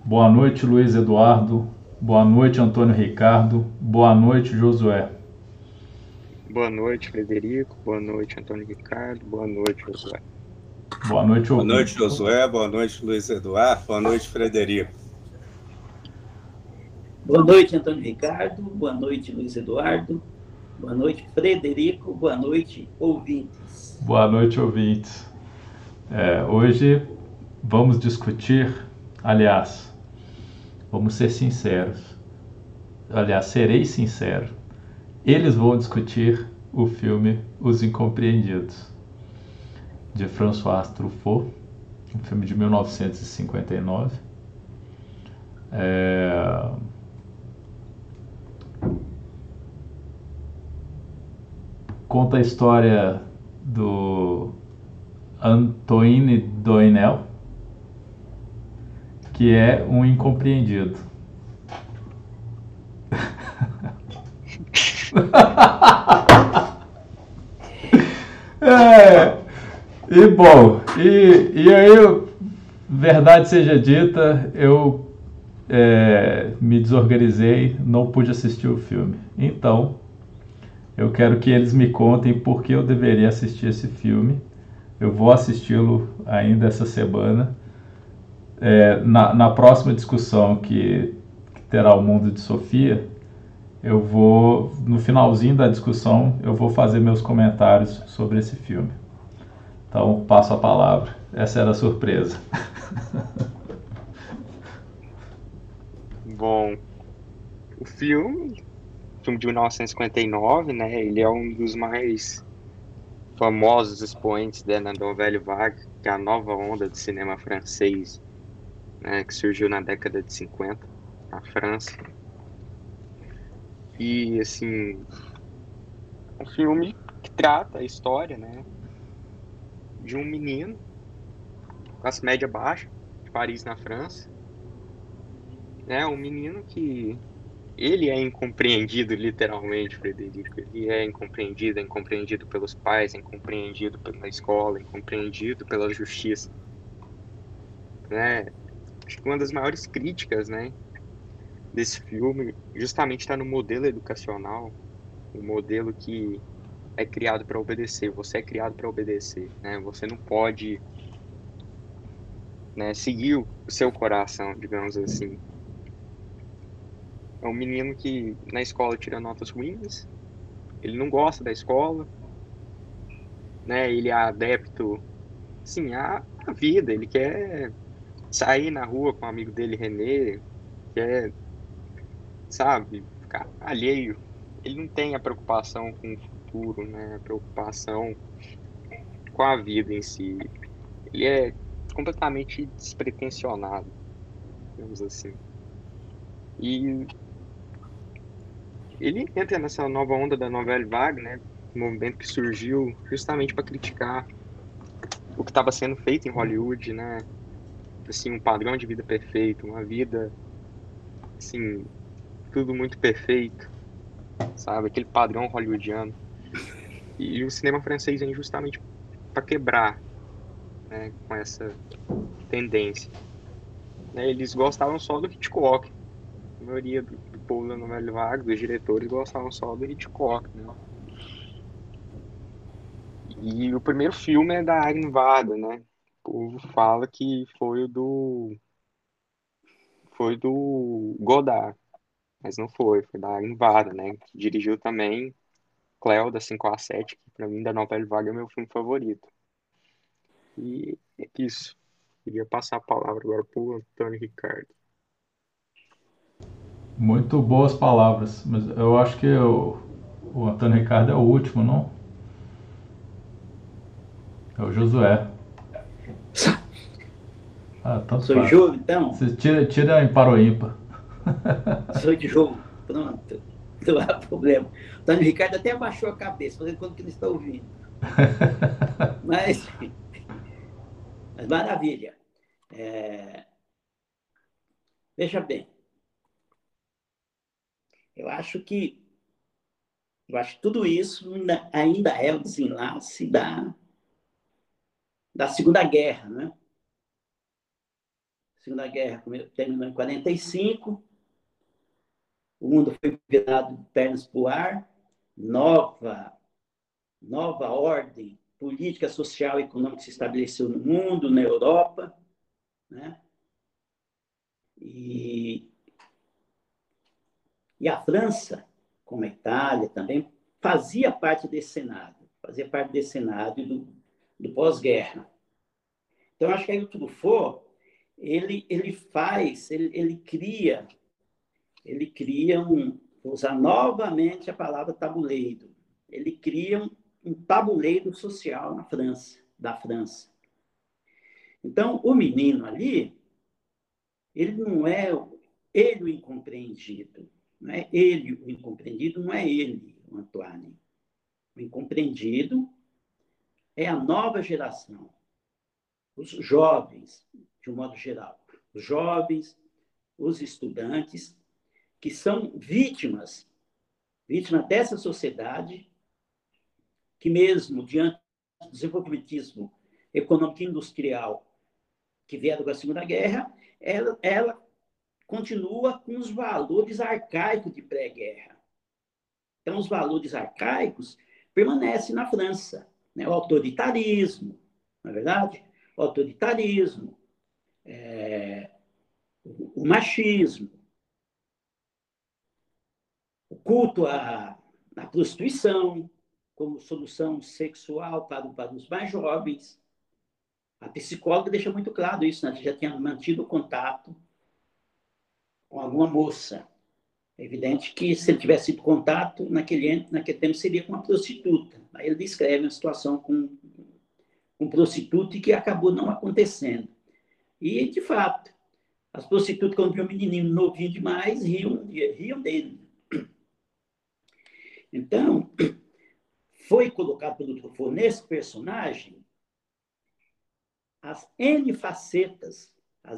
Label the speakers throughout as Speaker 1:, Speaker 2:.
Speaker 1: Boa noite, Luiz Eduardo. Boa noite, Antônio Ricardo. Boa noite, Josué.
Speaker 2: Boa noite, Frederico. Boa noite, Antônio Ricardo. Boa noite, Josué.
Speaker 1: Boa noite,
Speaker 3: Boa noite,
Speaker 1: ouvinte.
Speaker 3: Josué. Boa noite, Luiz Eduardo. Boa noite, Frederico.
Speaker 4: Boa noite, Antônio Ricardo. Boa noite, Luiz Eduardo. Boa noite, Frederico. Boa noite, ouvintes.
Speaker 1: Boa noite, ouvintes. Hoje vamos discutir, aliás, vamos ser sinceros. Aliás, serei sincero. Eles vão discutir o filme Os Incompreendidos, de François Truffaut, um filme de 1959. Conta a história do Antoine Doinel, que é um incompreendido. É, e aí, verdade seja dita, eu me desorganizei, não pude assistir o filme. Então, eu quero que eles me contem por que eu deveria assistir esse filme. Eu vou assisti-lo ainda essa semana. Na próxima discussão que terá o Mundo de Sofia, eu vou, no finalzinho da discussão, eu vou fazer meus comentários sobre esse filme. Então, passo a palavra. Essa era a surpresa.
Speaker 2: Bom, o filme de 1959, né? Ele é um dos mais famosos expoentes da Nouvelle Vague, que é a nova onda do cinema francês, né? Que surgiu na década de 50 na França. E, assim, é um filme que trata a história, né? De um menino, classe média baixa, de Paris, na França, né? Um menino que ele é incompreendido, literalmente, Frederico. Ele é incompreendido pelos pais, é incompreendido pela escola, é incompreendido pela justiça, né? Acho que uma das maiores críticas, né, desse filme justamente está no modelo educacional, o modelo que é criado para obedecer. Você é criado para obedecer, né? Você não pode, né, seguir o seu coração, digamos assim. É um menino que na escola tira notas ruins, ele não gosta da escola, né? Ele é adepto, sim, à vida. Ele quer sair na rua com o amigo dele, René, quer, sabe, ficar alheio. Ele não tem a preocupação com o futuro, né? A preocupação com a vida em si. Ele é completamente despretensionado, digamos assim. E ele entra nessa nova onda da Nouvelle Vague, né? Um movimento que surgiu justamente para criticar o que estava sendo feito em Hollywood, né? Assim, um padrão de vida perfeito, uma vida, assim, tudo muito perfeito, sabe? Aquele padrão hollywoodiano. E o cinema francês vem justamente para quebrar, né, com essa tendência. Né? Eles gostavam só do Hitchcock. A maioria do povo da Nouvelle Vague, dos diretores, gostavam só do Hitchcock, né? E o primeiro filme é da Agnes Varda, né? O povo fala que foi do Godard, mas não foi da Agnes Varda, né? Que dirigiu também Cleo da 5 a 7, que pra mim da Nouvelle Vague é o meu filme favorito. E é isso. Queria passar a palavra agora pro Antônio Ricardo.
Speaker 1: Muito boas palavras, mas eu acho que o Antônio Ricardo é o último, não? É o Josué. Ah, tanto
Speaker 4: Sou
Speaker 1: faz.
Speaker 4: Júlio, então?
Speaker 1: Você tira em par ou ímpar.
Speaker 4: Sou de jogo. Pronto. Não há problema. Antônio Ricardo até abaixou a cabeça, fazendo conta que não está ouvindo. Mas, mas maravilha. É, veja bem, eu acho que tudo isso ainda é o desenlace da Segunda Guerra, né? Segunda Guerra terminou em 45, o mundo foi virado de pernas para o ar, nova ordem política, social e econômica se estabeleceu no mundo, na Europa, né? E a França, como a Itália também, fazia parte desse cenário do pós-guerra. Então, acho que aí o Truffaut, ele cria vou usar novamente a palavra tabuleiro, ele cria um tabuleiro social da França. Então, o menino ali, ele não é ele o incompreendido, não é ele o incompreendido, não é ele, o Antoine. O incompreendido é a nova geração, os jovens, de um modo geral, os jovens, os estudantes, que são vítimas dessa sociedade, que mesmo diante do desenvolvimentismo econômico e industrial que vieram com a Segunda Guerra, ela continua com os valores arcaicos de pré-guerra. Então, os valores arcaicos permanecem na França. Né? O autoritarismo, não é verdade? O autoritarismo, o machismo, o culto à prostituição como solução sexual para os mais jovens. A psicóloga deixa muito claro isso, né? Já tinha mantido contato com alguma moça. É evidente que se ele tivesse tido contato naquele tempo seria com uma prostituta. Aí ele descreve uma situação com um prostituto e que acabou não acontecendo. E, de fato, as prostitutas, quando viam um menininho novinho demais, riam dele. Então, foi colocado pelo Truffaut nesse personagem as N facetas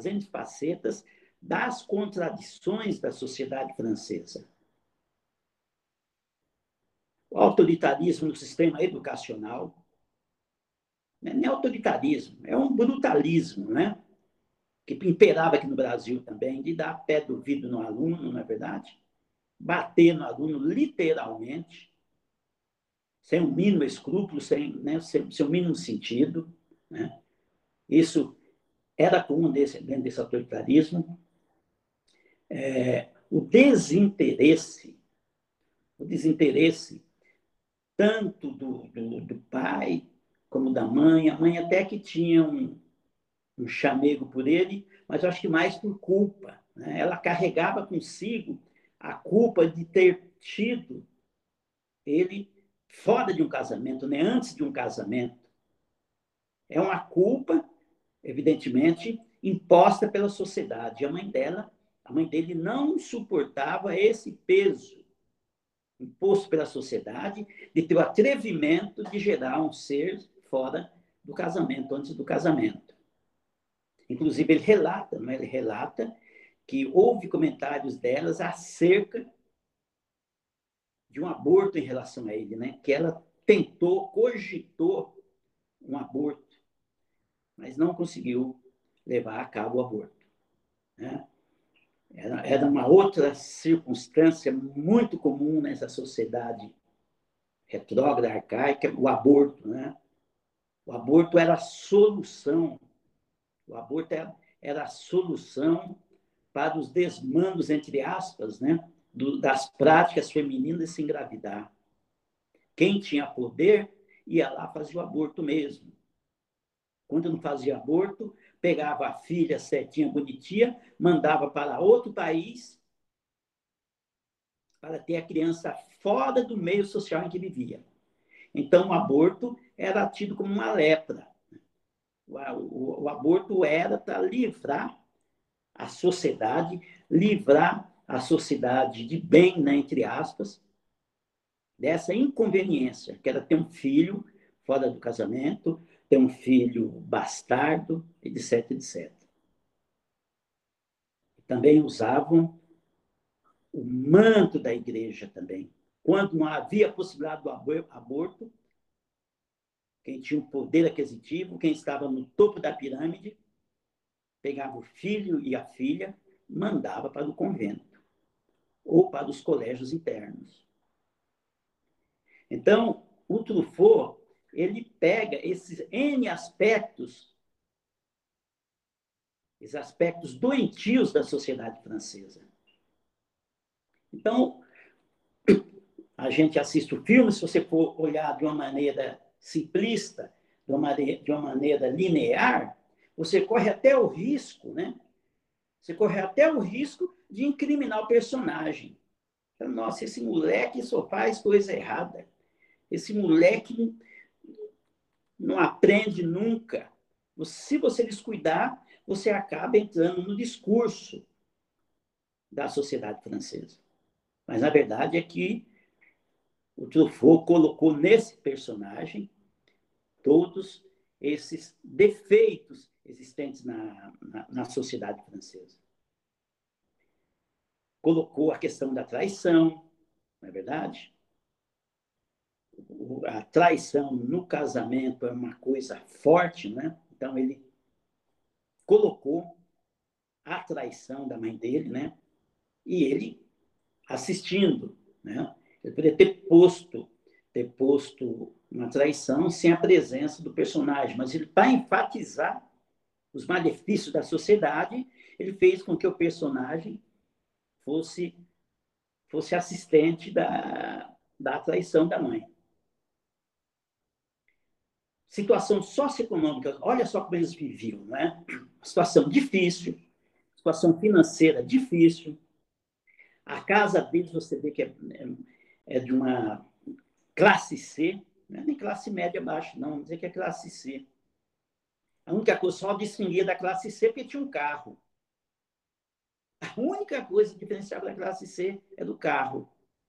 Speaker 4: das contradições da sociedade francesa. O autoritarismo no sistema educacional, não é autoritarismo, é um brutalismo, né? Que imperava aqui no Brasil também, de dar pé do vidro no aluno, não é verdade? Bater no aluno literalmente, sem o mínimo escrúpulo, sem o mínimo sentido, né? Isso era comum dentro desse autoritarismo. O desinteresse tanto do pai como da mãe, a mãe até que tinha um chamego por ele, mas eu acho que mais por culpa, né? Ela carregava consigo a culpa de ter tido ele fora de um casamento, né? Antes de um casamento. É uma culpa, evidentemente, imposta pela sociedade. A mãe dele não suportava esse peso imposto pela sociedade de ter o atrevimento de gerar um ser fora do casamento, antes do casamento. Inclusive, ele relata que houve comentários delas acerca de um aborto em relação a ele, né? Que ela cogitou um aborto, mas não conseguiu levar a cabo o aborto, né? Era uma outra circunstância muito comum nessa sociedade retrógrada, arcaica, o aborto, né? O aborto era a solução. O aborto era a solução para os desmandos, entre aspas, né? Das práticas femininas de se engravidar. Quem tinha poder ia lá fazer o aborto mesmo. Quando não fazia aborto, pegava a filha certinha, bonitinha, mandava para outro país para ter a criança fora do meio social em que vivia. Então, o aborto era tido como uma lepra. O aborto era para livrar a sociedade de bem, né, entre aspas, dessa inconveniência, que era ter um filho fora do casamento, ter um filho bastardo, etc, etc. Também usavam o manto da igreja também. Quando não havia possibilidade do aborto, quem tinha o poder aquisitivo, quem estava no topo da pirâmide, pegava o filho e a filha, mandava para o convento ou para os colégios internos. Então, o Truffaut, ele pega esses N aspectos, esses aspectos doentios da sociedade francesa. Então, a gente assiste o filme, se você for olhar de uma maneira simplista, de uma maneira linear, você corre até o risco, né? Você corre até o risco de incriminar o personagem. Então, nossa, esse moleque só faz coisa errada. Esse moleque não aprende nunca. Se você descuidar, você acaba entrando no discurso da sociedade francesa. Mas, na verdade, é que o Truffaut colocou nesse personagem todos esses defeitos existentes na sociedade francesa. Colocou a questão da traição, não é verdade? A traição no casamento é uma coisa forte, né? Então, ele colocou a traição da mãe dele, né? E ele assistindo, né? Ele poderia ter posto uma traição sem a presença do personagem, mas ele, para enfatizar os malefícios da sociedade, ele fez com que o personagem fosse assistente da traição da mãe. Situação socioeconômica, olha só como eles viviam, né? Situação difícil, situação financeira difícil. A casa deles, você vê que é de uma classe C, não é nem classe média baixa, não, vamos dizer que é classe C. A única coisa só distinguia da classe C porque tinha um carro. A única coisa diferenciada da classe C é do carro.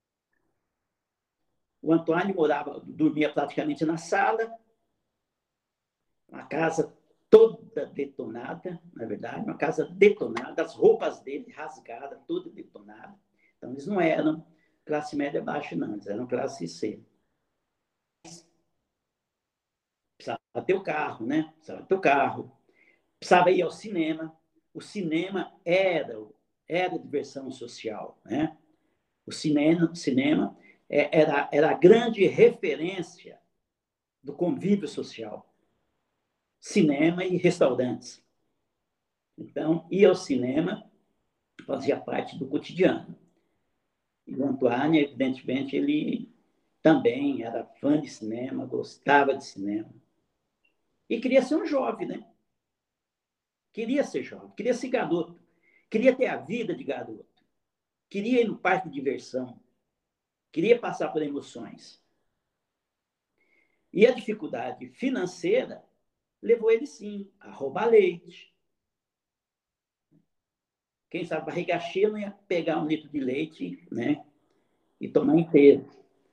Speaker 4: O Antoine dormia praticamente na sala, uma casa toda detonada, na verdade, uma casa detonada, as roupas dele rasgadas, toda detonada. Então, eles não eram classe média baixa, não, eles eram classe C. Precisava ter o carro, né? Precisava ter o carro. Precisava ir ao cinema. O cinema era diversão social, né? O cinema era a grande referência do convívio social. Cinema e restaurantes. Então, ir ao cinema fazia parte do cotidiano. E o Antoine, evidentemente, ele também era fã de cinema, gostava de cinema. E queria ser um jovem, né? Queria ser jovem, queria ser garoto, queria ter a vida de garoto, queria ir no parque de diversão, queria passar por emoções. E a dificuldade financeira levou ele, sim, a roubar leite. Quem sabe barriga cheia não ia pegar um litro de leite, né, e tomar inteiro.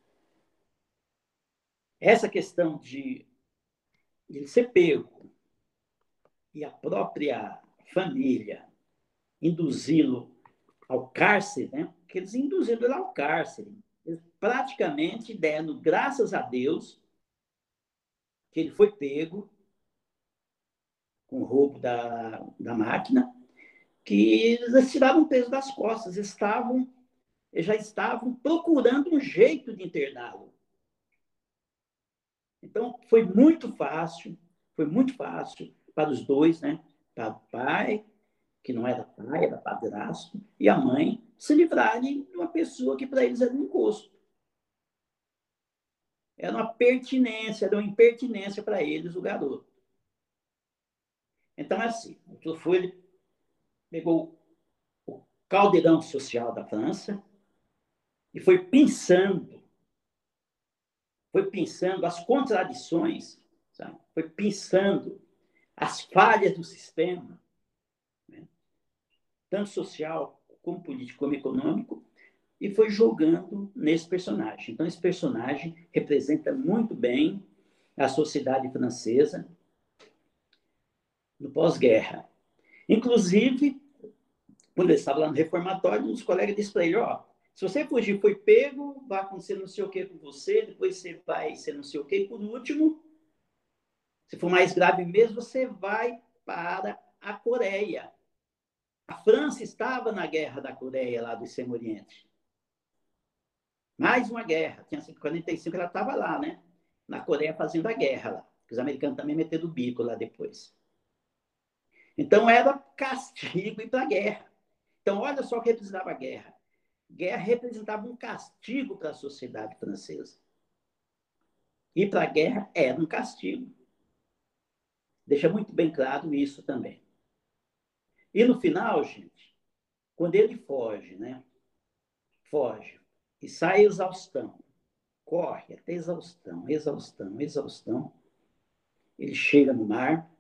Speaker 4: Essa questão de ele ser pego e a própria família induzi-lo ao cárcere, né? Porque eles induziram ele ao cárcere. Eles praticamente deram graças a Deus que ele foi pego com o roubo da máquina, que eles tiraram o peso das costas, eles já estavam procurando um jeito de interná-lo. Então, foi muito fácil para os dois, né? Para o pai, que não era pai, era padrasto, e a mãe, se livrarem de uma pessoa que para eles era um encosto. Era uma pertinência, era uma impertinência para eles, o garoto. Então, assim, o Truffaut, ele pegou o caldeirão social da França e foi pensando as contradições, sabe? Foi pensando as falhas do sistema, né? Tanto social como político como econômico, e foi jogando nesse personagem. Então, esse personagem representa muito bem a sociedade francesa no pós-guerra. Inclusive, quando ele estava lá no reformatório, um dos colegas disse para ele, se você fugir, foi pego, vai acontecer não sei o que com você, depois você vai ser não sei o que, e por último, se for mais grave mesmo, você vai para a Coreia. A França estava na guerra da Coreia, lá do Extremo Oriente. Mais uma guerra. Tinha 45, ela estava lá, né? Na Coreia fazendo a guerra lá. Os americanos também meteram o bico lá depois. Então era castigo ir para a guerra. Então olha só o que representava a guerra. Guerra representava um castigo para a sociedade francesa. Ir para a guerra era um castigo. Deixa muito bem claro isso também. E no final, gente, quando ele foge, né? Foge e sai exaustão, corre até exaustão, exaustão, exaustão. Ele chega no mar.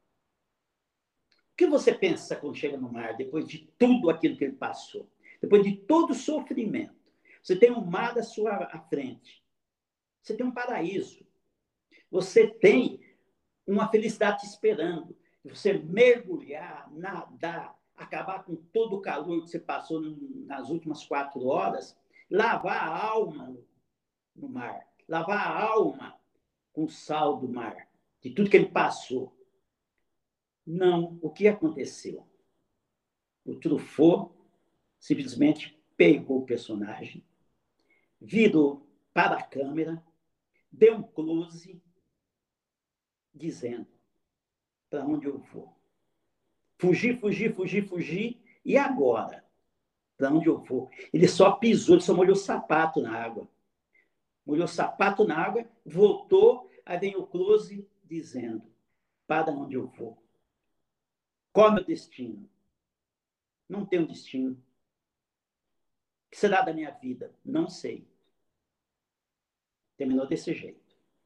Speaker 4: O que você pensa quando chega no mar, depois de tudo aquilo que ele passou? Depois de todo o sofrimento? Você tem um mar à sua frente. Você tem um paraíso. Você tem uma felicidade te esperando. Você mergulhar, nadar, acabar com todo o calor que você passou nas últimas 4 horas, lavar a alma no mar, lavar a alma com o sal do mar, de tudo que ele passou. Não, o que aconteceu? O Truffaut simplesmente pegou o personagem, virou para a câmera, deu um close, dizendo: para onde eu vou? Fugir, fugir, fugir, fugir, e agora? Para onde eu vou? Ele só pisou, ele só molhou o sapato na água. Molhou o sapato na água, voltou, aí vem o close dizendo: para onde eu vou? Qual é o meu destino? Não tenho destino. O que será da minha vida? Não sei. Terminou desse jeito.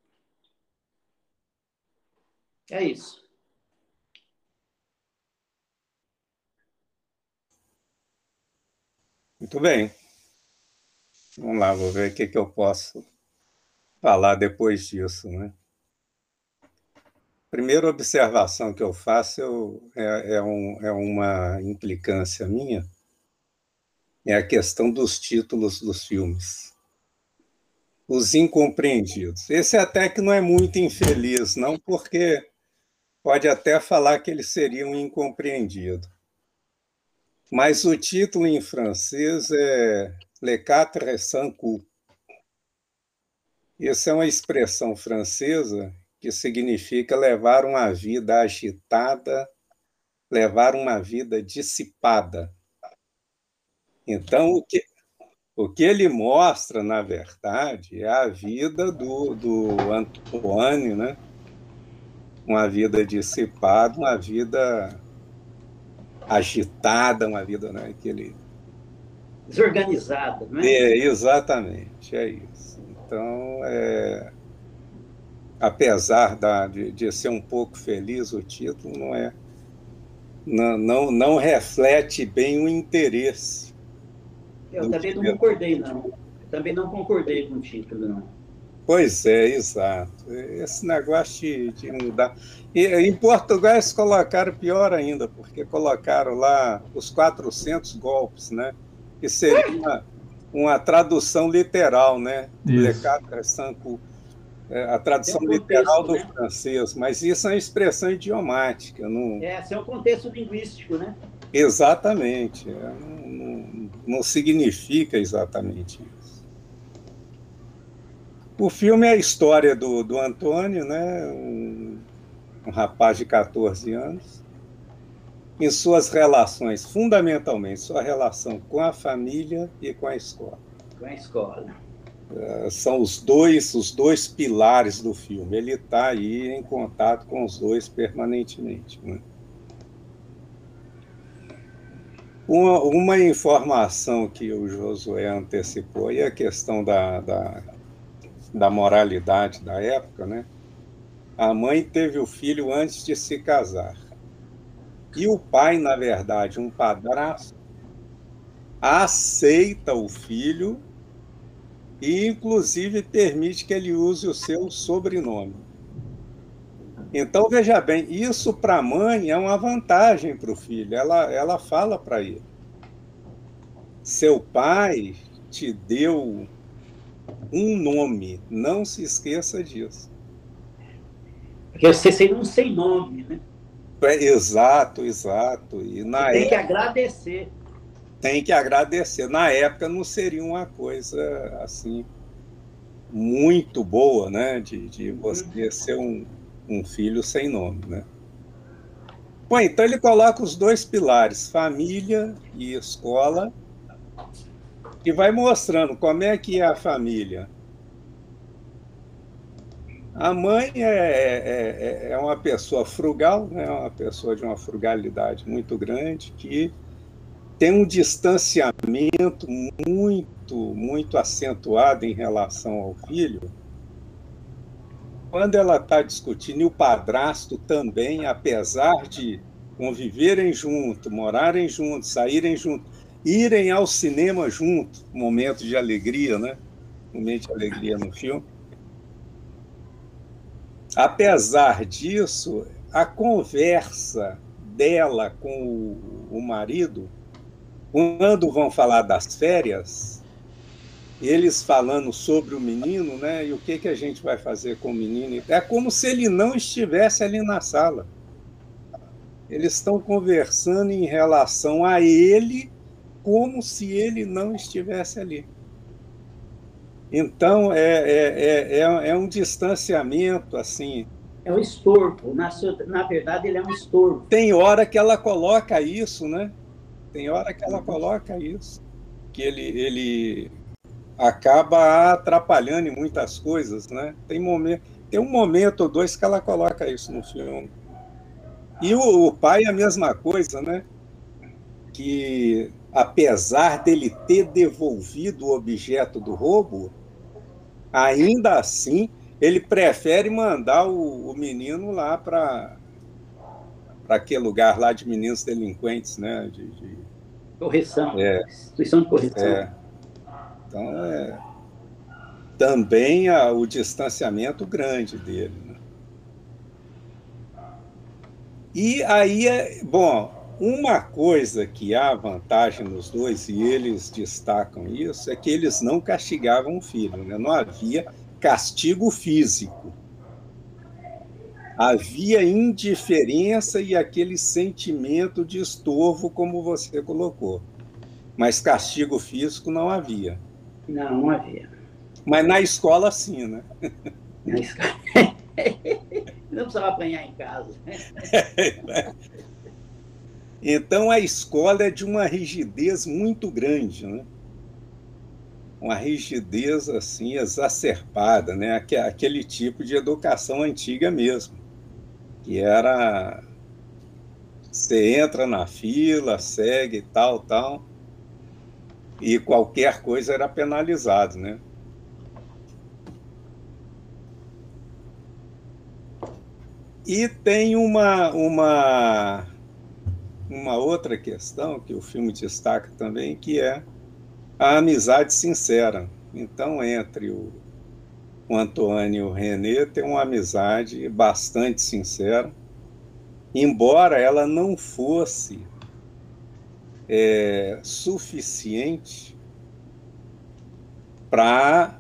Speaker 4: É isso.
Speaker 3: Muito bem. Vamos lá, vou ver o que eu posso falar depois disso, né? Primeira observação que eu faço é uma implicância minha, é a questão dos títulos dos filmes. Os incompreendidos. Esse até que não é muito infeliz, não, porque pode até falar que ele seria um incompreendido. Mas o título em francês é Les Quatre Sans Coups. Isso é uma expressão francesa que significa levar uma vida agitada, levar uma vida dissipada. Então, o que ele mostra, na verdade, é a vida do Antoine, né? Uma vida dissipada, uma vida agitada, uma vida, né, que ele...
Speaker 4: Desorganizada, não é?
Speaker 3: Exatamente, é isso. Então, apesar de ser um pouco feliz o título, não reflete bem o interesse.
Speaker 4: Eu também não concordei, não. Eu também não concordei com o título, não.
Speaker 3: Pois é, exato. Esse negócio de mudar. E em Portugal eles colocaram pior ainda, porque colocaram lá os 400 golpes, né? Que seria uma tradução literal, né? A tradução literal do francês, mas isso é uma expressão idiomática. Não...
Speaker 4: Esse é um contexto linguístico, né?
Speaker 3: Exatamente. Não significa exatamente isso. O filme é a história do Antônio, né? Um rapaz de 14 anos, em suas relações, fundamentalmente, sua relação com a família e com a escola.
Speaker 4: Com a escola.
Speaker 3: São os dois pilares do filme. Ele está aí em contato com os dois permanentemente, né? Uma informação que o Josué antecipou é a questão da moralidade da época, né? A mãe teve o filho antes de se casar. E o pai, na verdade, um padrasto, aceita o filho e, inclusive, permite que ele use o seu sobrenome. Então, veja bem, isso para a mãe é uma vantagem para o filho. Ela fala para ele: seu pai te deu um nome, não se esqueça disso.
Speaker 4: Porque você seria um sem nome, né?
Speaker 3: Exato, exato. E
Speaker 4: Você tem que agradecer.
Speaker 3: Tem que agradecer. Na época não seria uma coisa assim muito boa, né? De você ser um filho sem nome, né? Bom, então ele coloca os dois pilares, família e escola, e vai mostrando como é que é a família. A mãe é uma pessoa frugal, né? Uma pessoa de uma frugalidade muito grande, que tem um distanciamento muito acentuado em relação ao filho. Quando ela está discutindo, e o padrasto também, apesar de conviverem junto, morarem juntos, saírem juntos, irem ao cinema junto, momento de alegria, né? Momento de alegria no filme. Apesar disso, a conversa dela com o marido, quando vão falar das férias, eles falando sobre o menino, né? E o que a gente vai fazer com o menino? É como se ele não estivesse ali na sala. Eles estão conversando em relação a ele como se ele não estivesse ali. Então, é um distanciamento, assim.
Speaker 4: É um estorvo. Na verdade, ele é um estorvo.
Speaker 3: Tem hora que ela coloca isso, né? Tem hora que ela coloca isso. Que ele acaba atrapalhando em muitas coisas, né? Tem um momento ou dois que ela coloca isso no filme. E o pai é a mesma coisa, né? Que, apesar dele ter devolvido o objeto do roubo, ainda assim, ele prefere mandar o menino lá para aquele lugar lá de meninos delinquentes, né?
Speaker 4: Correção. Instituição de correção.
Speaker 3: Então, também o distanciamento grande dele, né? E aí, bom, uma coisa que há vantagem nos dois, e eles destacam isso, é que eles não castigavam o filho, né? Não havia castigo físico. Havia indiferença e aquele sentimento de estorvo, como você colocou. Mas castigo físico não havia.
Speaker 4: Não havia.
Speaker 3: Mas na escola, sim, né?
Speaker 4: Na escola. Não precisava apanhar em casa.
Speaker 3: Então, a escola é de uma rigidez muito grande, né? Uma rigidez, assim, exacerbada, né? Aquele tipo de educação antiga mesmo, que era... Você entra na fila, segue, tal, e qualquer coisa era penalizado, né? E tem uma outra questão que o filme destaca também, que é a amizade sincera. Então, entre o Antoine e o René, tem uma amizade bastante sincera, embora ela não fosse suficiente para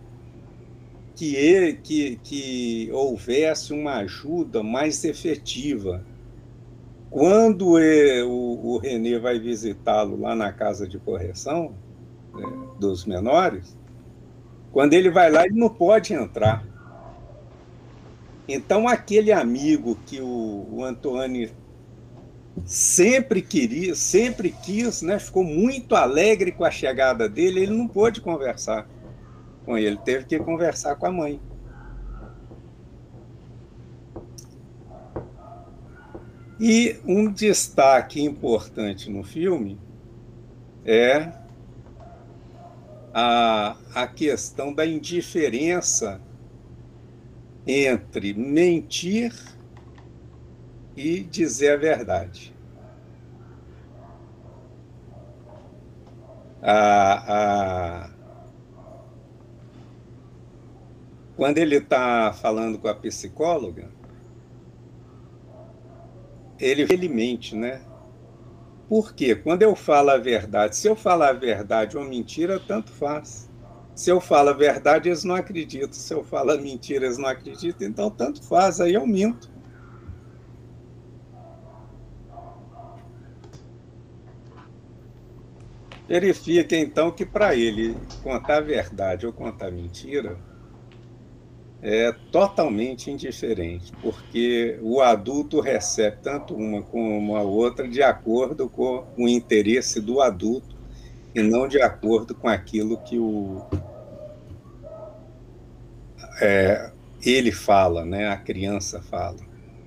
Speaker 3: que houvesse uma ajuda mais efetiva. Quando o René vai visitá-lo lá na casa de correção dos menores, quando ele vai lá, ele não pode entrar. Então, aquele amigo que o Antoine sempre quis, né, ficou muito alegre com a chegada dele, ele não pôde conversar com ele, teve que conversar com a mãe. E um destaque importante no filme é a questão da indiferença entre mentir e dizer a verdade. Quando ele está falando com a psicóloga, ele mente, né? Por quê? Quando eu falo a verdade, se eu falar a verdade ou mentira, tanto faz. Se eu falo a verdade, eles não acreditam. Se eu falo a mentira, eles não acreditam. Então, tanto faz, aí eu minto. verifica então que para ele contar a verdade ou contar mentira é totalmente indiferente, porque o adulto recebe tanto uma como a outra de acordo com o interesse do adulto e não de acordo com aquilo que ele fala, né? A criança fala.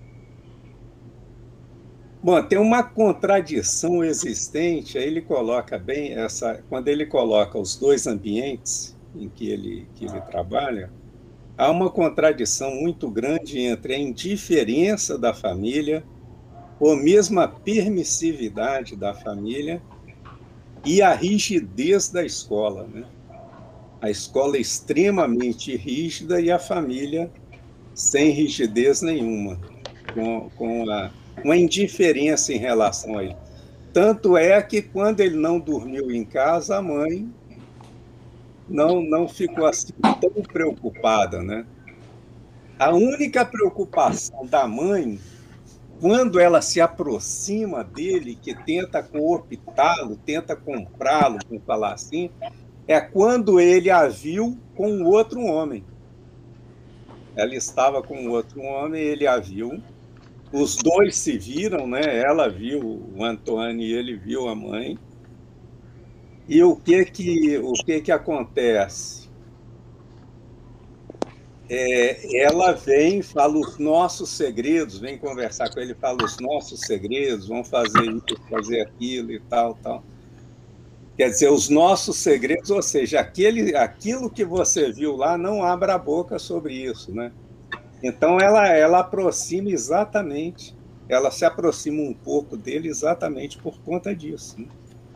Speaker 3: Bom, tem uma contradição existente, aí ele coloca bem quando ele coloca os dois ambientes em que ele trabalha, há uma contradição muito grande entre a indiferença da família, ou mesmo a permissividade da família, e a rigidez da escola, né? A escola é extremamente rígida e a família sem rigidez nenhuma, com uma indiferença em relação a ele. Tanto é que quando ele não dormiu em casa, a mãe não ficou assim tão preocupada, né? A única preocupação da mãe, quando ela se aproxima dele, que tenta cooptá-lo, tenta comprá-lo, vamos falar assim, é quando ele a viu com outro homem. Ela estava com outro homem, ele a viu. Os dois se viram, né? Ela viu o Antônio e ele viu a mãe. E o que acontece? Ela vem, fala os nossos segredos, vem conversar com ele, fala os nossos segredos, vão fazer isso, fazer aquilo e tal. Quer dizer, os nossos segredos, ou seja, aquilo que você viu lá, não abra a boca sobre isso, né? Então, ela aproxima exatamente, ela se aproxima um pouco dele exatamente por conta disso, né?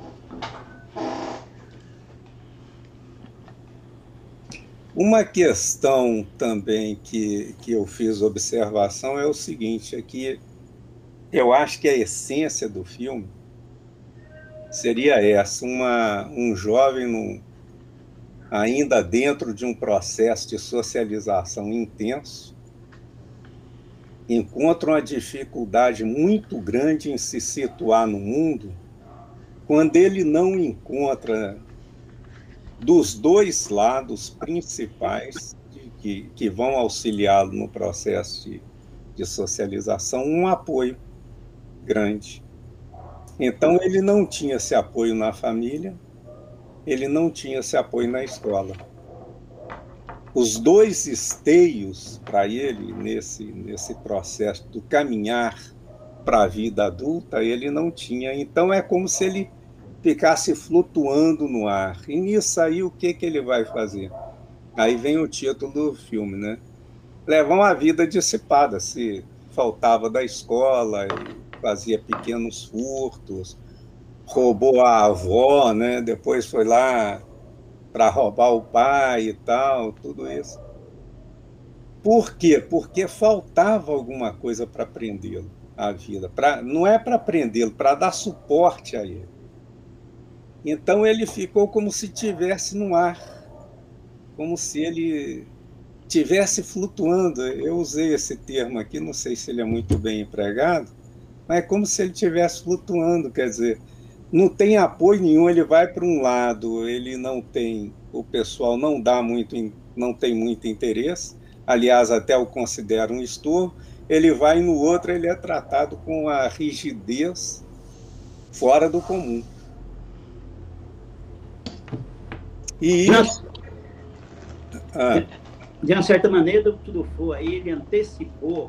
Speaker 3: Uma questão também que eu fiz observação é o seguinte, é que eu acho que a essência do filme seria essa, um jovem ainda dentro de um processo de socialização intenso, encontra uma dificuldade muito grande em se situar no mundo, quando ele não encontra dos dois lados principais que vão auxiliá-lo no processo de socialização um apoio grande. Então, ele não tinha esse apoio na família, ele não tinha esse apoio na escola. Os dois esteios para ele, nesse processo do caminhar para a vida adulta, ele não tinha. Então, é como se ele ficasse flutuando no ar. E nisso aí, o que ele vai fazer? Aí vem o título do filme, né? Levar uma vida dissipada, se faltava da escola, fazia pequenos furtos, roubou a avó, né? Depois foi lá para roubar o pai e tal, tudo isso. Por quê? Porque faltava alguma coisa para prendê-lo à vida. Não é para prendê-lo, para dar suporte a ele. Então ele ficou como se estivesse no ar, como se ele estivesse flutuando. Eu usei esse termo aqui, não sei se ele é muito bem empregado, mas é como se ele estivesse flutuando, quer dizer, não tem apoio nenhum, ele vai para um lado, ele não tem, o pessoal não tem muito interesse, aliás, até o considera um estorvo, ele vai no outro, ele é tratado com a rigidez fora do comum. E isso...
Speaker 4: De uma certa maneira, o Truffaut aí, ele antecipou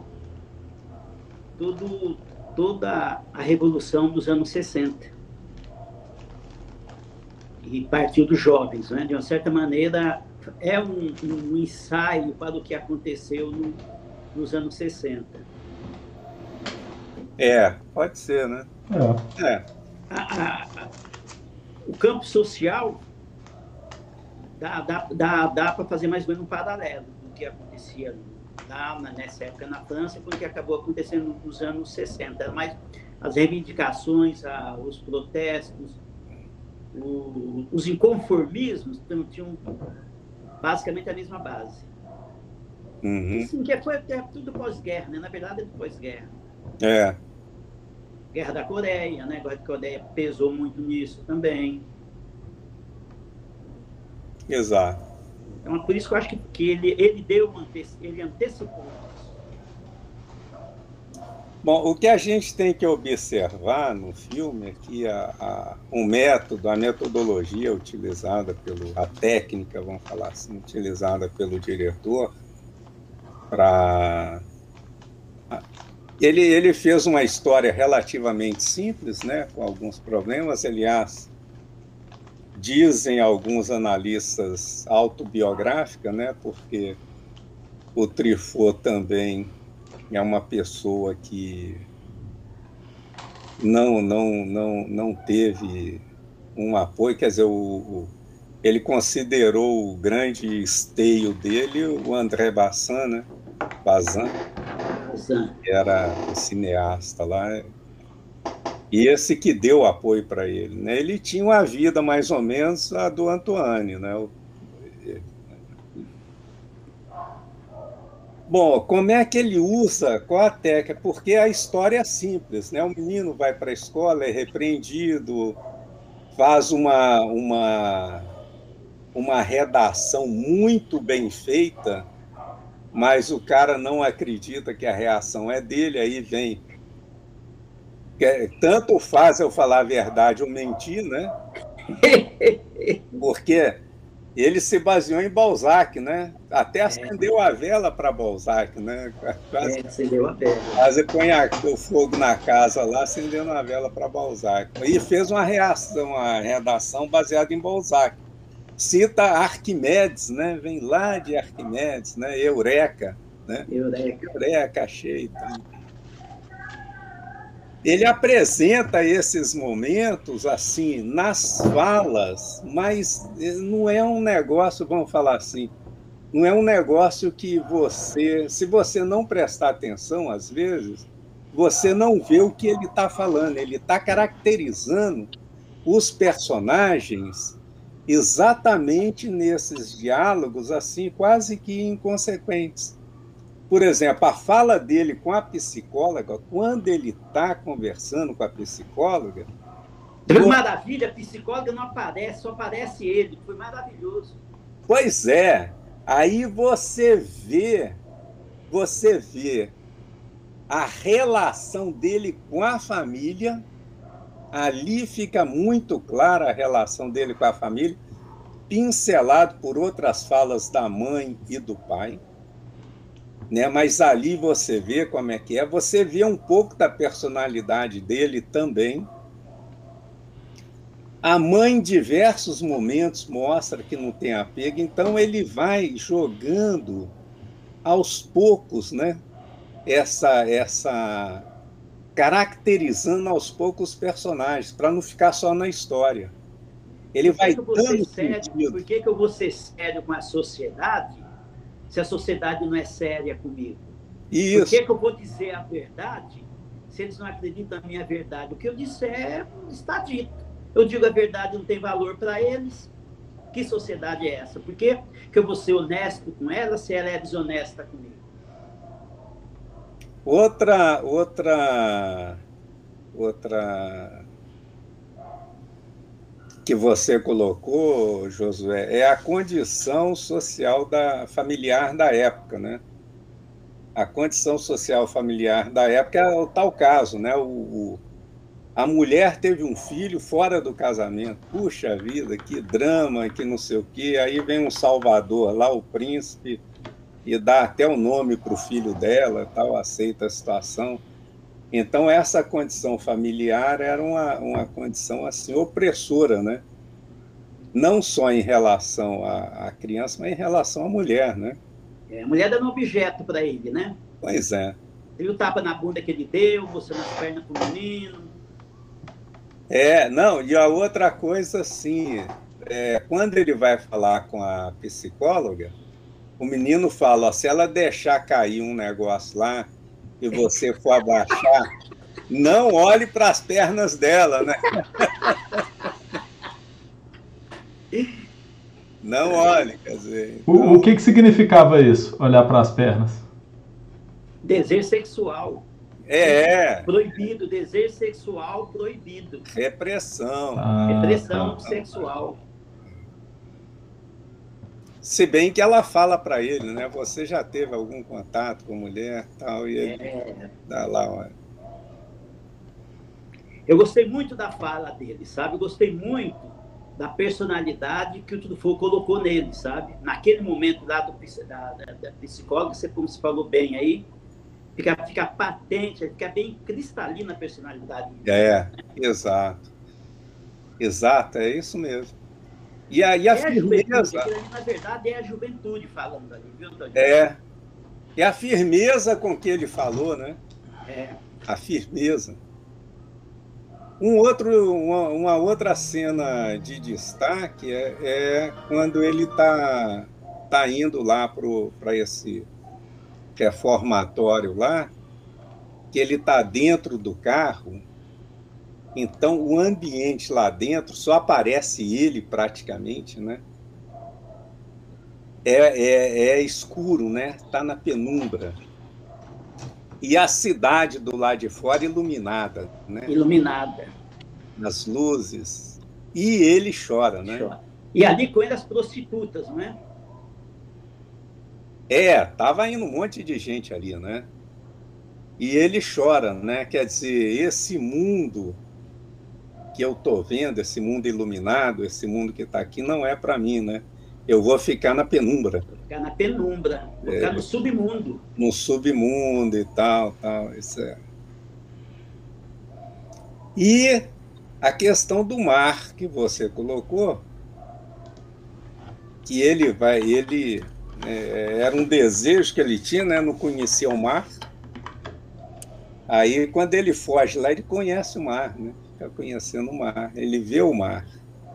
Speaker 4: toda a revolução dos anos 60. E partiu dos jovens, né? De uma certa maneira, é um ensaio para o que aconteceu nos anos 60.
Speaker 3: Pode ser, né?
Speaker 4: O campo social dá para fazer mais ou menos um paralelo do que acontecia nessa época na França, com o que acabou acontecendo nos anos 60. Mas as reivindicações, os protestos, os inconformismos tinham basicamente a mesma base.
Speaker 3: Uhum.
Speaker 4: Assim, que foi tudo pós-guerra, né? Na verdade, é pós-guerra. Guerra da Coreia, né? A Guerra da Coreia pesou muito nisso também.
Speaker 3: Exato.
Speaker 4: Então, por isso que eu acho que ele antecipou isso.
Speaker 3: Bom, o que a gente tem que observar no filme é que o método, a metodologia utilizada a técnica, vamos falar assim, utilizada pelo diretor para... Ele fez uma história relativamente simples, né, com alguns problemas, aliás, dizem alguns analistas autobiográfica, né, porque o Truffaut também é uma pessoa que não teve um apoio, quer dizer, ele considerou o grande esteio dele o André Bazin, né? Bazin, que era o cineasta lá, e esse que deu apoio para ele, né? Ele tinha uma vida mais ou menos a do Antoine, né? Bom, como é que ele usa, qual a técnica? Porque a história é simples, né? O menino vai para a escola, é repreendido, faz uma redação muito bem feita, mas o cara não acredita que a reação é dele, aí vem... Tanto faz eu falar a verdade ou mentir, né? Porque ele se baseou em Balzac, né? Até acendeu a vela para Balzac, né?
Speaker 4: Acendeu a vela.
Speaker 3: Quase põe o fogo na casa lá, acendendo a vela para Balzac. E fez uma redação baseada em Balzac. Cita Arquimedes, né? Vem lá de Arquimedes, né? Eureka, né? Eureka, achei. Então. Ele apresenta esses momentos assim nas falas, mas não é um negócio, vamos falar assim, não é um negócio que se você não prestar atenção, às vezes, você não vê o que ele está falando. Ele está caracterizando os personagens exatamente nesses diálogos assim, quase que inconsequentes. Por exemplo, a fala dele com a psicóloga, quando ele está conversando com a psicóloga...
Speaker 4: Foi maravilha, a psicóloga não aparece, só aparece ele. Foi maravilhoso.
Speaker 3: Pois é. Aí você vê a relação dele com a família. Ali fica muito clara a relação dele com a família, pincelado por outras falas da mãe e do pai. Né? Mas ali você vê como é que é, você vê um pouco da personalidade dele também. A mãe, em diversos momentos, mostra que não tem apego, então ele vai jogando aos poucos, né? Caracterizando aos poucos os personagens, para não ficar só na história. Ele vai dando sentido.
Speaker 4: Por que eu vou ser sério com a sociedade se a sociedade não é séria comigo?
Speaker 3: Isso.
Speaker 4: Por que eu vou dizer a verdade se eles não acreditam na minha verdade? O que eu disser está dito. Eu digo a verdade, não tem valor para eles. Que sociedade é essa? Por que eu vou ser honesto com ela se ela é desonesta comigo?
Speaker 3: Outra que você colocou, Josué, é a condição social familiar da época, né? A condição social familiar da época é o tal caso, né? A mulher teve um filho fora do casamento. Puxa vida, que drama, que não sei o quê. Aí vem um salvador lá, o príncipe, e dá até o nome para o filho dela, tal, aceita a situação. Então, essa condição familiar era uma condição assim, opressora, né? Não só em relação à criança, mas em relação à mulher, né?
Speaker 4: A mulher dando objeto para ele, né?
Speaker 3: Pois é.
Speaker 4: Você viu o tapa na bunda que ele deu, você nas pernas para o menino.
Speaker 3: Não, e a outra coisa, assim, quando ele vai falar com a psicóloga, o menino fala, ó, se ela deixar cair um negócio lá e você for abaixar, não olhe para as pernas dela, né? Não olhe, quer dizer... Então...
Speaker 1: O que significava isso, olhar para as pernas?
Speaker 4: Desejo sexual. Proibido, desejo sexual proibido.
Speaker 3: Repressão.
Speaker 4: Repressão sexual.
Speaker 3: Se bem que ela fala para ele, né? Você já teve algum contato com mulher, tal, e ele dá lá, olha.
Speaker 4: Eu gostei muito da fala dele, sabe? Eu gostei muito da personalidade que o Truffaut colocou nele, sabe? Naquele momento lá da psicóloga, você, como se falou bem aí, fica patente, fica bem cristalina a personalidade dele.
Speaker 3: Exato. Exato, é isso mesmo. E a firmeza...
Speaker 4: Ali, na verdade, é a juventude falando ali, viu, Antônio?
Speaker 3: E a firmeza com que ele falou, né? A firmeza. Uma outra cena de destaque é quando ele tá indo lá para esse reformatório lá, que ele está dentro do carro. Então, o ambiente lá dentro só aparece ele praticamente, né? É escuro, né? Está na penumbra. E a cidade do lado de fora iluminada, né?
Speaker 4: Iluminada.
Speaker 3: Nas luzes. E ele chora, né?
Speaker 4: Chora. E ali com ele as prostitutas, não é?
Speaker 3: Tava indo um monte de gente ali, né? E ele chora, né? Quer dizer, esse mundo que eu tô vendo, esse mundo iluminado, esse mundo que está aqui, não é para mim, né? Eu vou ficar na penumbra.
Speaker 4: Vou ficar na penumbra, vou ficar no submundo.
Speaker 3: No submundo e tal, isso é. E a questão do mar que você colocou, que era um desejo que ele tinha, né? Não conhecia o mar. Aí, quando ele foge lá, ele conhece o mar, né? Fica conhecendo o mar, ele vê o mar.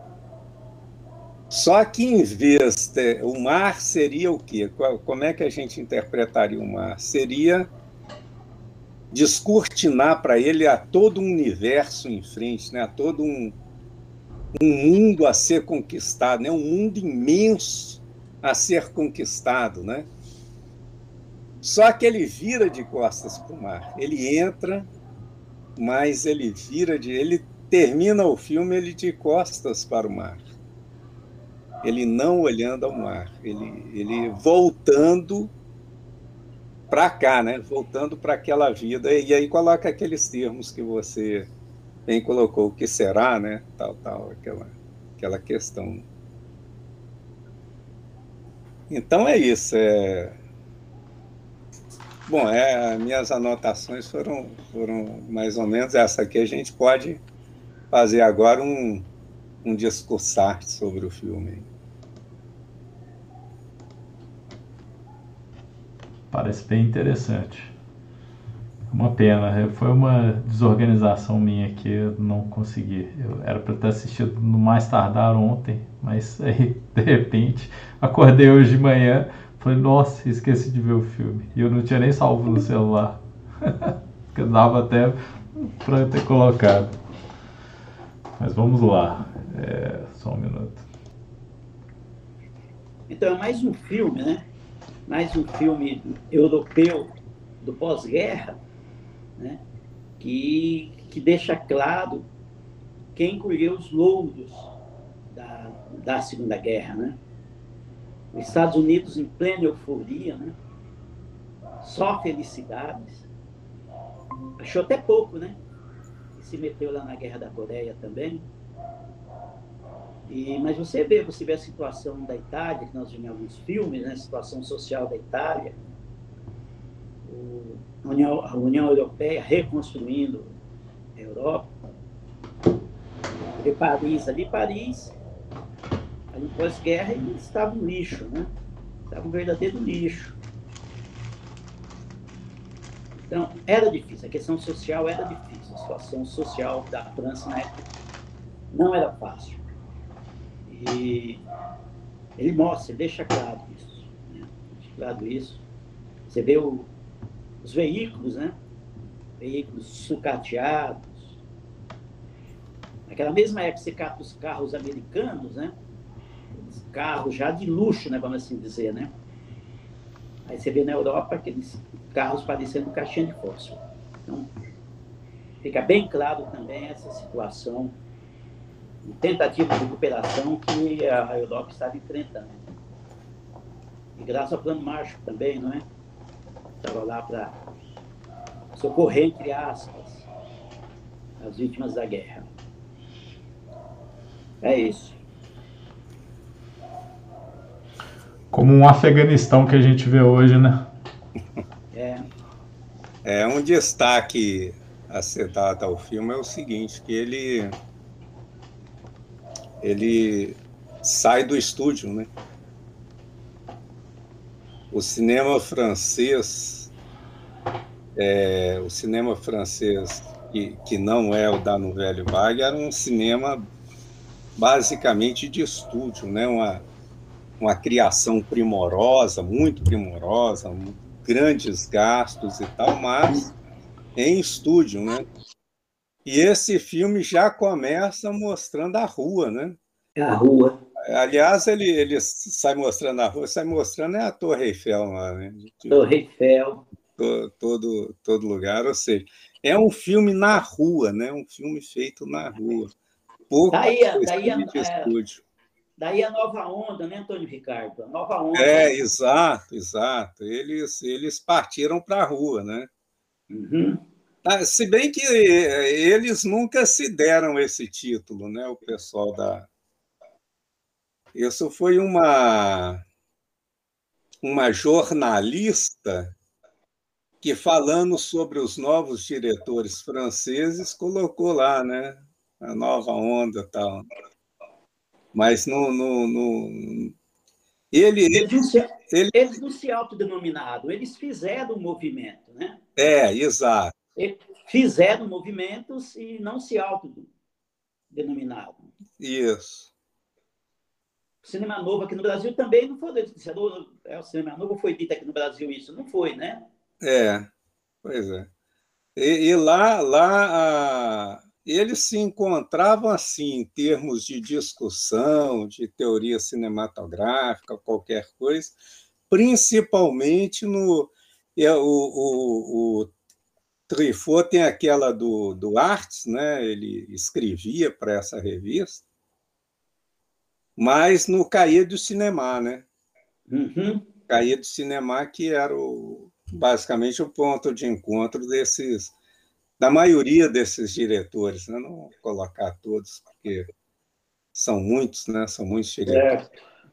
Speaker 3: Só que, em vez o mar seria o quê? Como é que a gente interpretaria o mar? Seria descortinar para ele a todo um universo em frente, né? A todo um mundo a ser conquistado, né? Um mundo imenso a ser conquistado, né? Só que ele vira de costas para o mar. Ele entra, mas ele ele termina o filme ele de costas para o mar. Ele não olhando ao mar, ele voltando para cá, né? Voltando para aquela vida. E aí coloca aqueles termos que você bem colocou, o que será, né? Tal, aquela questão. Então é isso. Bom, minhas anotações foram mais ou menos essa aqui. A gente pode fazer agora um discursar sobre o filme.
Speaker 1: Parece bem interessante. Uma pena, foi uma desorganização minha que eu não consegui. Eu era para ter assistido no mais tardar ontem, mas aí, de repente, acordei hoje de manhã, falei, nossa, esqueci de ver o filme. E eu não tinha nem salvo no celular. Que dava até para ter colocado. Mas vamos lá. Só um minuto.
Speaker 4: Então, é mais um filme, né? Mais um filme europeu do pós-guerra, né? Que deixa claro quem colheu os louros da Segunda Guerra, né? Os Estados Unidos em plena euforia, né? Só felicidades. Achou até pouco, né? E se meteu lá na Guerra da Coreia também. Mas você vê a situação da Itália, que nós vimos em alguns filmes, né? A situação social da Itália, a União Europeia reconstruindo a Europa. E Paris, ali pós-guerra, eles estavam um lixo, né? Estava um verdadeiro lixo. Então, era difícil, a questão social era difícil, a situação social da França na época não era fácil. E ele mostra, ele deixa claro isso. Né? Deixa claro isso. Você vê os veículos, né? Veículos sucateados. Naquela mesma época, você capta os carros americanos, né? Os carros já de luxo, né? Vamos assim dizer, né? Aí você vê na Europa aqueles carros parecendo caixinha de fósforo. Então, fica bem claro também essa situação de tentativa de recuperação que a Europa estava enfrentando. E graças ao Plano Marshall também, não é? Estava lá para socorrer, entre aspas, as vítimas da guerra. É isso.
Speaker 1: Como um Afeganistão que a gente vê hoje, né?
Speaker 3: É um destaque a ser dado ao filme é o seguinte, que ele sai do estúdio, né? O cinema francês, que não é o da Nouvelle Vague, era um cinema basicamente de estúdio, né? Uma criação primorosa, muito primorosa, grandes gastos e tal, mas em estúdio, né? E esse filme já começa mostrando a rua, né?
Speaker 4: A rua.
Speaker 3: Aliás, ele sai mostrando a rua, sai mostrando a Torre Eiffel lá, né?
Speaker 4: Torre Eiffel.
Speaker 3: Todo lugar, ou seja, é um filme na rua, né? Um filme feito na rua. Pouco de estúdio.
Speaker 4: Daí a nova onda, né, Antônio Ricardo? A nova onda.
Speaker 3: Exato. Eles partiram para a rua, né?
Speaker 4: Uhum.
Speaker 3: Se bem que eles nunca se deram esse título, né? O pessoal da... Isso foi uma jornalista que, falando sobre os novos diretores franceses, colocou lá, né? A nova onda e tal. Mas
Speaker 4: eles não se autodenominaram, eles fizeram o movimento, né?
Speaker 3: Exato.
Speaker 4: Eles fizeram movimentos e não se autodenominaram.
Speaker 3: Isso.
Speaker 4: O Cinema Novo aqui no Brasil também não foi. O Cinema Novo foi dito aqui no Brasil isso, não foi, né?
Speaker 3: Pois é. E lá eles se encontravam assim, em termos de discussão, de teoria cinematográfica, qualquer coisa, principalmente no... O Truffaut tem aquela do Arts, né? Ele escrevia para essa revista, mas no Cahiers du Cinéma, né?
Speaker 4: Uhum.
Speaker 3: Cahiers du Cinéma, que era basicamente o ponto de encontro da maioria desses diretores, né? Não vou colocar todos, porque são muitos, né? São muitos diretores.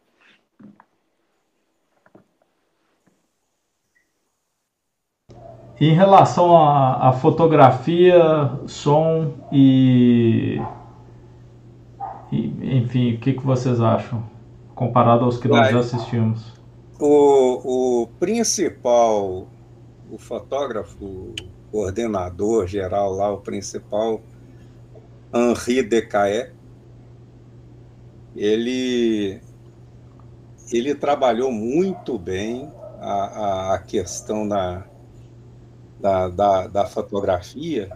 Speaker 1: Em relação à fotografia, som enfim, o que vocês acham, comparado aos que nós já assistimos?
Speaker 3: O principal, o fotógrafo, coordenador geral lá, o principal, Henri Decaë, ele trabalhou muito bem a questão da fotografia,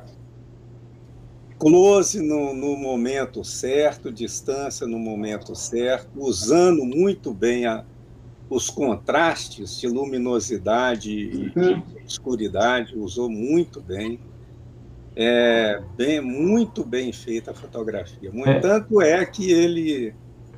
Speaker 3: close no momento certo, distância no momento certo, usando muito bem os contrastes de luminosidade e de escuridade, usou muito bem. Muito bem feita a fotografia. Tanto é que ele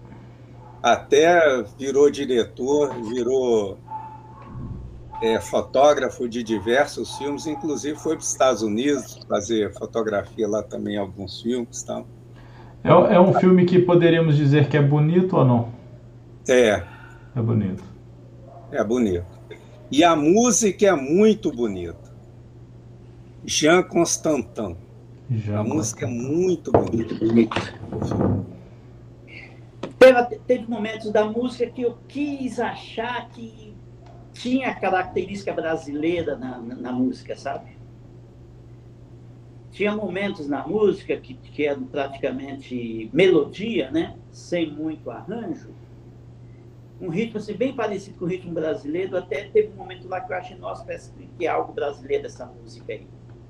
Speaker 3: até virou diretor, virou fotógrafo de diversos filmes, inclusive foi para os Estados Unidos fazer fotografia lá também, alguns filmes e tal.
Speaker 1: É um filme que poderíamos dizer que é bonito ou não?
Speaker 3: É
Speaker 1: bonito.
Speaker 3: É bonito. E a música é muito bonita. Jean Constantin. A música é muito bonita.
Speaker 4: Teve momentos da música que eu quis achar que tinha a característica brasileira na música, sabe? Tinha momentos na música que eram praticamente melodia, né? Sem muito arranjo. Um ritmo assim, bem parecido com o ritmo brasileiro. Até teve um momento lá que eu achei, nossa, parece que é algo brasileiro essa música aí.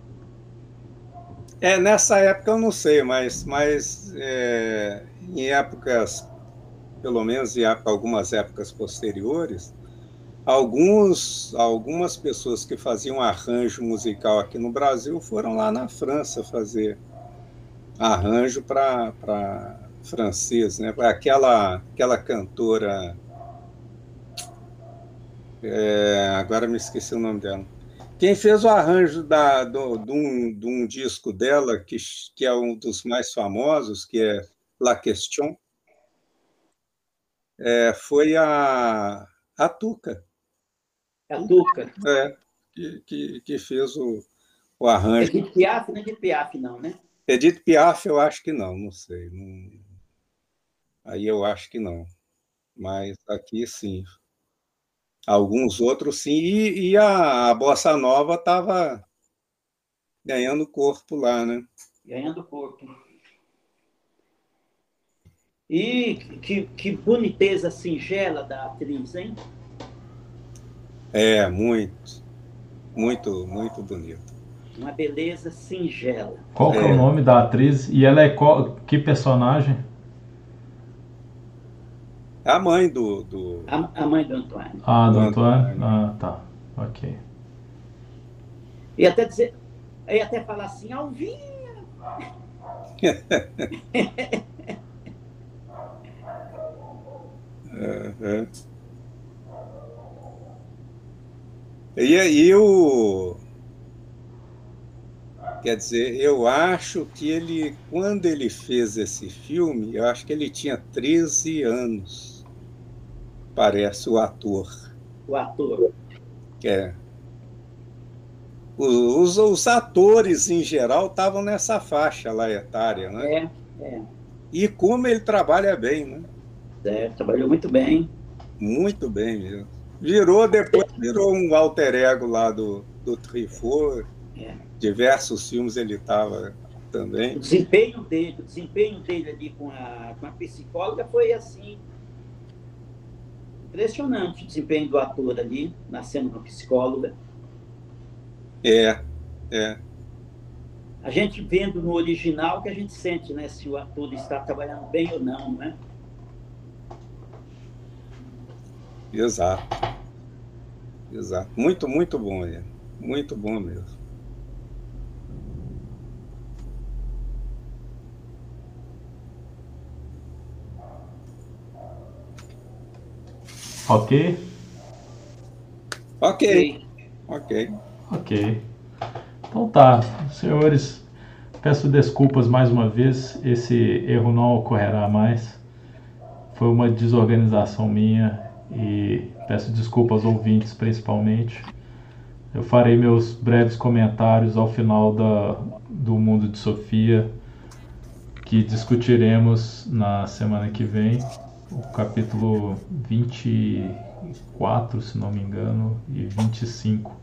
Speaker 3: Nessa época eu não sei, mas em épocas, pelo menos em algumas épocas posteriores, algumas pessoas que faziam arranjo musical aqui no Brasil foram lá na França fazer arranjo para francês, né? Aquela cantora Agora me esqueci o nome dela. Quem fez o arranjo de um disco dela, que é um dos mais famosos, que é La Question, foi a Tuca.
Speaker 4: A Tuca.
Speaker 3: Que fez o arranjo.
Speaker 4: Edith Piaf, não é Edith Piaf, não, né?
Speaker 3: Edith Piaf, eu acho que não sei. Aí eu acho que não. Mas aqui sim. Alguns outros sim. E a Bossa Nova estava ganhando corpo lá, né?
Speaker 4: Ganhando corpo. E que boniteza singela da atriz, hein?
Speaker 3: Muito. Muito, muito bonito.
Speaker 4: Uma beleza singela.
Speaker 1: Qual que é o nome da atriz? E ela é que personagem?
Speaker 3: A mãe
Speaker 4: A mãe do Antoine.
Speaker 1: Ah, do Antoine? Ah, tá. Ok.
Speaker 4: E até falar assim, Alvinha!
Speaker 3: E aí quer dizer, eu acho que quando ele fez esse filme, eu acho que ele tinha 13 anos, parece, o ator.
Speaker 4: O ator.
Speaker 3: Os atores, em geral, estavam nessa faixa lá etária, né? E como ele trabalha bem, né?
Speaker 4: Trabalhou muito bem.
Speaker 3: Muito bem mesmo. Depois virou um alter ego lá do Truffaut. Diversos filmes ele estava também.
Speaker 4: O desempenho dele ali com a psicóloga foi assim impressionante, o desempenho do ator ali na cena com a psicóloga. A gente vendo no original que a gente sente, né, se o ator está trabalhando bem ou não, né?
Speaker 3: Exato. Muito, muito bom, muito bom mesmo.
Speaker 1: Ok?
Speaker 3: Ok.
Speaker 1: Então tá, senhores, peço desculpas mais uma vez, esse erro não ocorrerá mais. Foi uma desorganização minha e peço desculpas aos ouvintes principalmente. Eu farei meus breves comentários ao final do Mundo de Sofia, que discutiremos na semana que vem, o capítulo 24, se não me engano, e 25.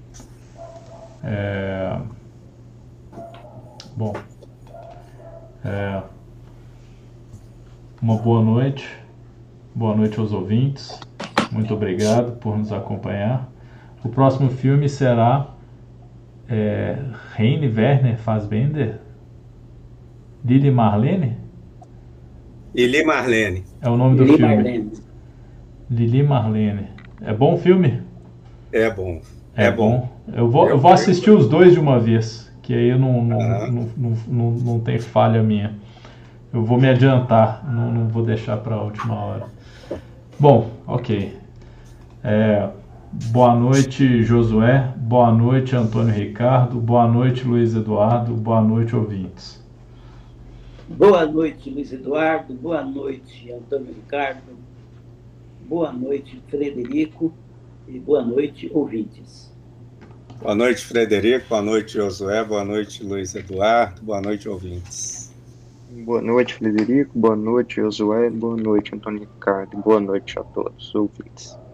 Speaker 1: Uma boa noite aos ouvintes, muito obrigado por nos acompanhar. O próximo filme será Rainer Werner Fassbinder, Lili Marlene?
Speaker 3: Lili Marlene.
Speaker 1: É o nome do filme. Lili Marlene. É bom o filme?
Speaker 3: É bom.
Speaker 1: Eu vou assistir os dois de uma vez, que aí não tem falha minha. Eu vou me adiantar, não vou deixar para a última hora. Bom, ok. Boa noite, Josué. Boa noite, Antônio Ricardo. Boa noite, Luiz Eduardo. Boa noite, ouvintes.
Speaker 4: Boa noite, Luiz Eduardo. Boa noite, Antônio Ricardo. Boa noite, Frederico. E boa noite, ouvintes.
Speaker 3: Boa noite, Frederico. Boa noite, Josué. Boa noite, Luiz Eduardo. Boa noite, ouvintes.
Speaker 2: Boa noite, Frederico. Boa noite, Josué. Boa noite, Antônio Ricardo. Boa noite a todos os ouvintes.